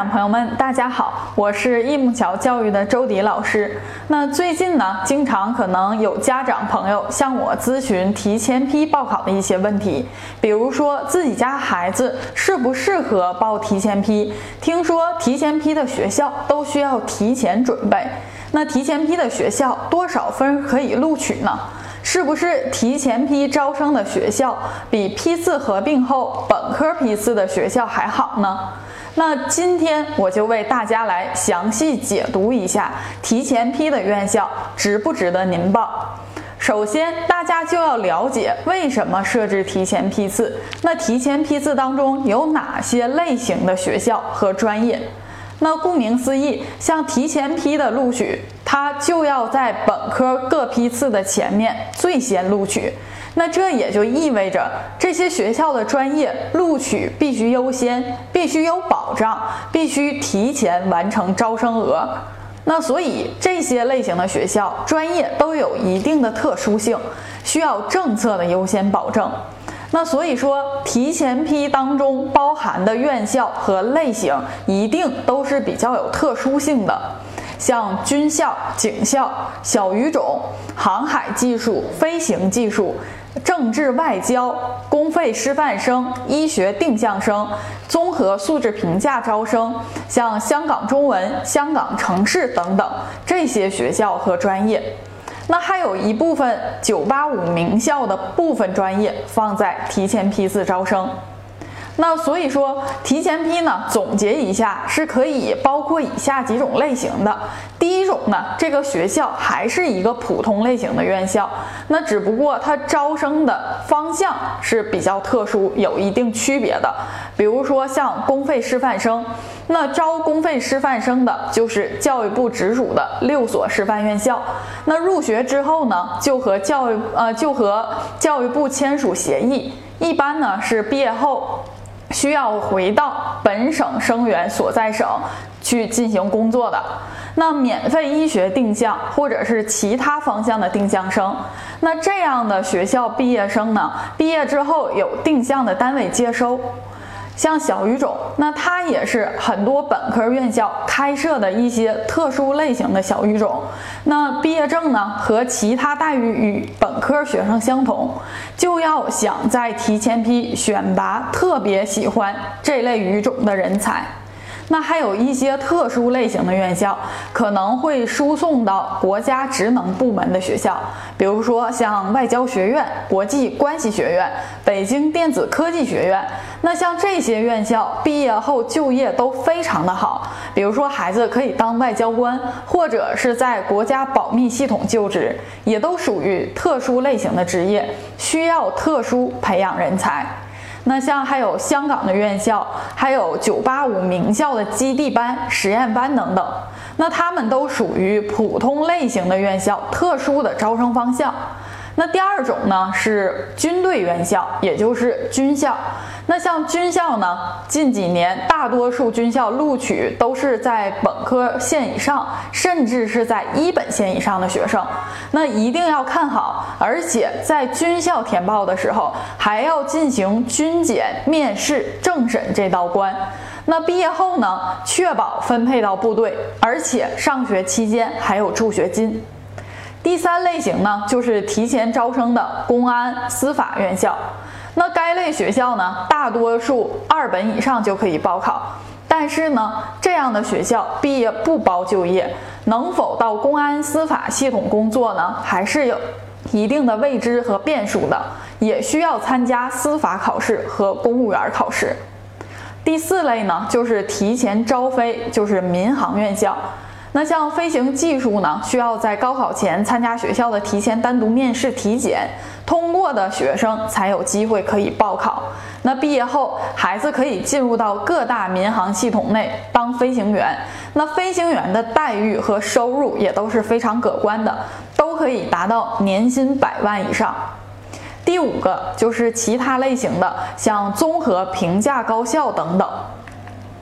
长朋友们，大家好，我是益木桥教育的周迪老师。那最近呢，经常可能有家长朋友向我咨询提前批报考的一些问题，比如说自己家孩子适不适合报提前批，听说提前批的学校都需要提前准备，那提前批的学校多少分可以录取呢？是不是提前批招生的学校比批次合并后本科批次的学校还好呢？那今天我就为大家来详细解读一下提前批的院校值不值得您报。首先，大家就要了解为什么设置提前批次，那提前批次当中有哪些类型的学校和专业。那顾名思义，像提前批的录取，它就要在本科各批次的前面最先录取。那这也就意味着这些学校的专业录取必须优先，必须有保障，必须提前完成招生额。那所以这些类型的学校专业都有一定的特殊性，需要政策的优先保证。那所以说，提前批当中包含的院校和类型一定都是比较有特殊性的，像军校、警校、小语种、航海技术、飞行技术、政治外交、公费师范生、医学定向生、综合素质评价招生，像香港中文、香港城市等等这些学校和专业。那还有一部分985名校的部分专业放在提前批次招生。那所以说，提前批呢，总结一下是可以包括以下几种类型的。第一种呢，这个学校还是一个普通类型的院校，那只不过它招生的方向是比较特殊，有一定区别的。比如说像公费师范生，那招公费师范生的就是教育部直属的6所师范院校。那入学之后呢，就和教育部签署协议，一般呢是毕业后需要回到本省生源所在省去进行工作的。那免费医学定向或者是其他方向的定向生，那这样的学校毕业生呢，毕业之后有定向的单位接收。像小语种，那它也是很多本科院校开设的一些特殊类型的小语种。那毕业证呢和其他待遇与本科学生相同，就要想在提前批选拔特别喜欢这类语种的人才。那还有一些特殊类型的院校可能会输送到国家职能部门的学校，比如说像外交学院、国际关系学院、北京电子科技学院。那像这些院校毕业后就业都非常的好，比如说孩子可以当外交官，或者是在国家保密系统就职，也都属于特殊类型的职业，需要特殊培养人才。那像还有香港的院校，还有985名校的基地班、实验班等等，那他们都属于普通类型的院校特殊的招生方向。那第二种呢是军队院校，也就是军校。那像军校呢，近几年大多数军校录取都是在本科线以上，甚至是在一本线以上的学生，那一定要看好，而且在军校填报的时候还要进行军检、面试、政审这道关。那毕业后呢，确保分配到部队，而且上学期间还有助学金。第三类型呢，就是提前招生的公安、司法院校。那该类学校呢，大多数2本以上就可以报考，但是呢，这样的学校毕业不包就业，能否到公安司法系统工作呢，还是有一定的未知和变数的，也需要参加司法考试和公务员考试。第四类呢，就是提前招飞，就是民航院校。那像飞行技术呢，需要在高考前参加学校的提前单独面试体检，通过的学生才有机会可以报考。那毕业后，孩子可以进入到各大民航系统内当飞行员。那飞行员的待遇和收入也都是非常可观的，都可以达到年薪100万以上。第5个就是其他类型的，像综合评价高校等等。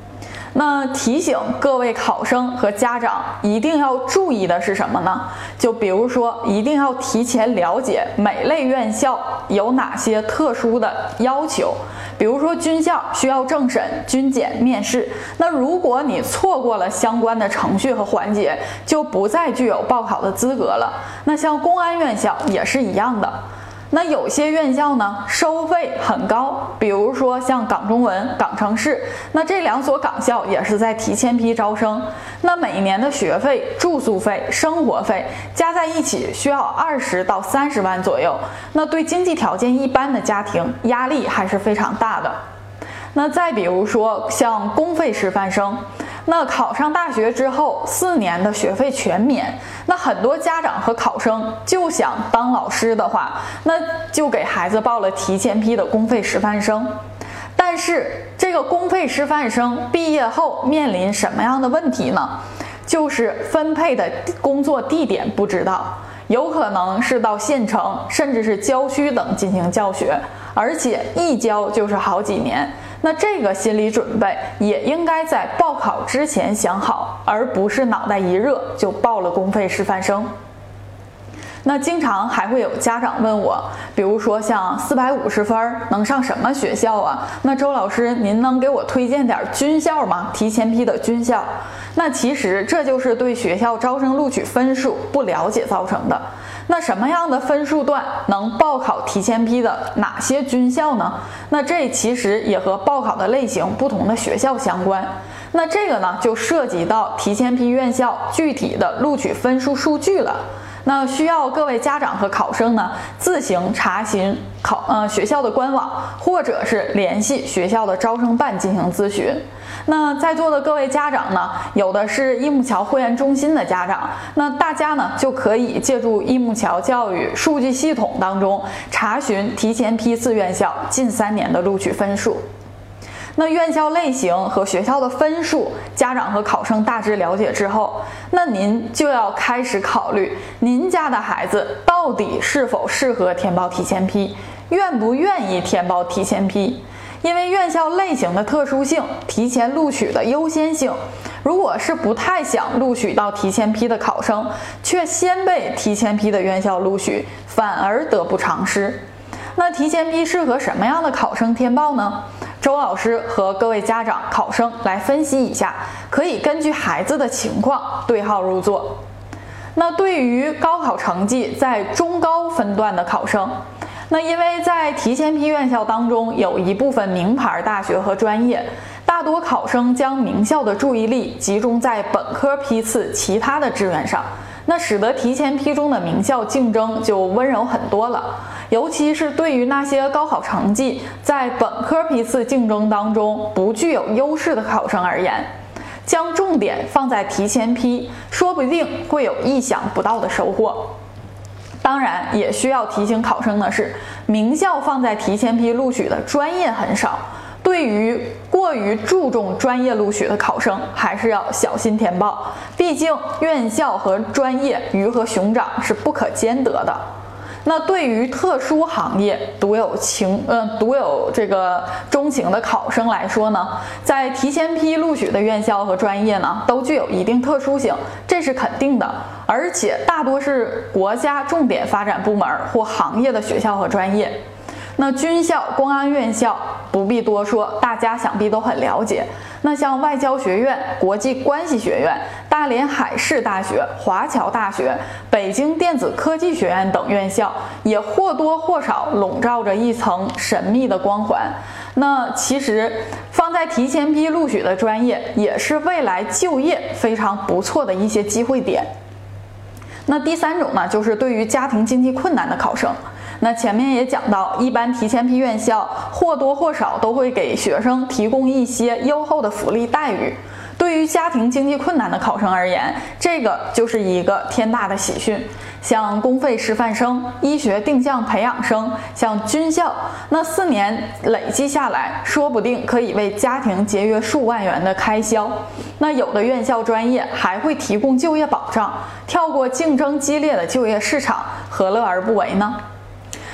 那提醒各位考生和家长一定要注意的是什么呢？就比如说，一定要提前了解每类院校有哪些特殊的要求。比如说军校需要政审、军检、面试，那如果你错过了相关的程序和环节，就不再具有报考的资格了。那像公安院校也是一样的。那有些院校呢，收费很高，比如说像港中文、港城市，那这2所港校也是在提前批招生。那每年的学费、住宿费、生活费加在一起需要20到30万左右，那对经济条件一般的家庭压力还是非常大的。那再比如说像公费师范生，那考上大学之后4年的学费全免，那很多家长和考生就想当老师的话，那就给孩子报了提前批的公费师范生。但是这个公费师范生毕业后面临什么样的问题呢？就是分配的工作地点不知道，有可能是到县城甚至是郊区等进行教学，而且一教就是好几年。那这个心理准备也应该在报考之前想好，而不是脑袋一热就报了公费师范生。那经常还会有家长问我，比如说像450分能上什么学校啊？那周老师您能给我推荐点军校吗？提前批的军校。那其实这就是对学校招生录取分数不了解造成的。那什么样的分数段能报考提前批的哪些军校呢？那这其实也和报考的类型不同的学校相关。那这个呢就涉及到提前批院校具体的录取分数数据了。那需要各位家长和考生呢自行查询学校的官网，或者是联系学校的招生办进行咨询。那在座的各位家长呢，有的是益木桥会员中心的家长，那大家呢就可以借助益木桥教育数据系统当中查询提前批次院校近3年的录取分数。那院校类型和学校的分数，家长和考生大致了解之后，那您就要开始考虑您家的孩子到底是否适合填报提前批，愿不愿意填报提前批。因为院校类型的特殊性，提前录取的优先性，如果是不太想录取到提前批的考生，却先被提前批的院校录取，反而得不偿失。那提前批适合什么样的考生填报呢？周老师和各位家长、考生来分析一下，可以根据孩子的情况对号入座。那对于高考成绩在中高分段的考生，那因为在提前批院校当中有一部分名牌大学和专业，大多考生将名校的注意力集中在本科批次其他的志愿上，那使得提前批中的名校竞争就温柔很多了。尤其是对于那些高考成绩在本科批次竞争当中不具有优势的考生而言，将重点放在提前批，说不定会有意想不到的收获。当然，也需要提醒考生的是，名校放在提前批录取的专业很少，对于过于注重专业录取的考生，还是要小心填报。毕竟院校和专业鱼和熊掌是不可兼得的。那对于特殊行业独有这个钟情的考生来说呢，在提前批录取的院校和专业呢，都具有一定特殊性，这是肯定的，而且大多是国家重点发展部门或行业的学校和专业。那军校、公安院校不必多说，大家想必都很了解。那像外交学院、国际关系学院、大连海事大学、华侨大学、北京电子科技学院等院校，也或多或少笼罩着一层神秘的光环。那其实放在提前批录取的专业，也是未来就业非常不错的一些机会点。那第3种呢，就是对于家庭经济困难的考生。那前面也讲到，一般提前批院校或多或少都会给学生提供一些优厚的福利待遇。对于家庭经济困难的考生而言，这个就是一个天大的喜讯。像公费师范生、医学定向培养生，像军校，那4年累计下来，说不定可以为家庭节约数万元的开销。那有的院校专业还会提供就业保障，跳过竞争激烈的就业市场，何乐而不为呢？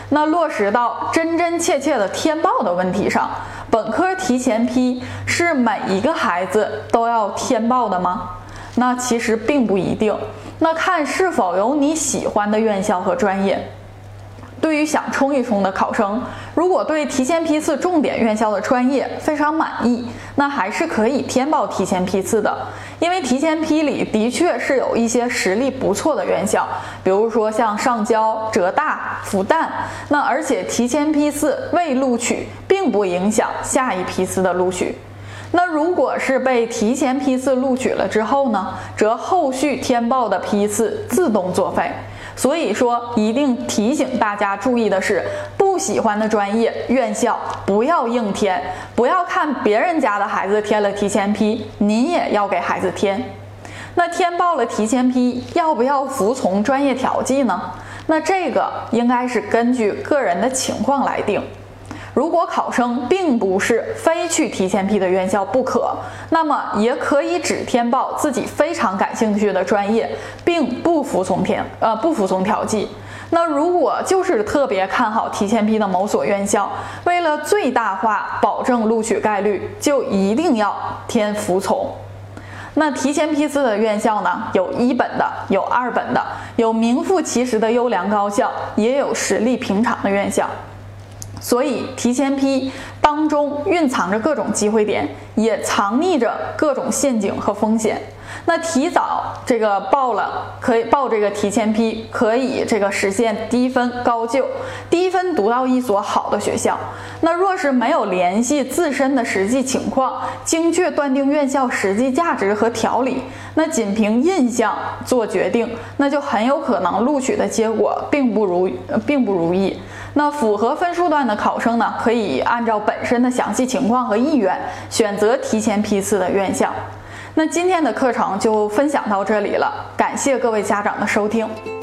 那落实到真真切切的填报的问题上，本科提前批是每一个孩子都要填报的吗？那其实并不一定，那看是否有你喜欢的院校和专业。对于想冲一冲的考生，如果对提前批次重点院校的专业非常满意，那还是可以填报提前批次的。因为提前批里的确是有一些实力不错的院校，比如说像上交、浙大、复旦，那而且提前批次未录取并不影响下一批次的录取。那如果是被提前批次录取了之后呢，则后续填报的批次自动作废。所以说一定提醒大家注意的是，不喜欢的专业院校不要硬填，不要看别人家的孩子填了提前批，您也要给孩子填。那填报了提前批，要不要服从专业调剂呢？那这个应该是根据个人的情况来定。如果考生并不是非去提前批的院校不可，那么也可以只填报自己非常感兴趣的专业，并不服从调剂。那如果就是特别看好提前批的某所院校，为了最大化保证录取概率，就一定要填服从。那提前批次的院校呢，有一本的，有二本的，有名副其实的优良高校，也有实力平常的院校。所以提前批当中蕴藏着各种机会点，也藏匿着各种陷阱和风险。那提早可以报这个提前批，可以实现低分高就，低分读到一所好的学校。那若是没有联系自身的实际情况，精确断定院校实际价值和条理，那仅凭印象做决定，那就很有可能录取的结果并不如意。那符合分数段的考生呢，可以按照本身的详细情况和意愿选择提前批次的院校。那今天的课程就分享到这里了，感谢各位家长的收听。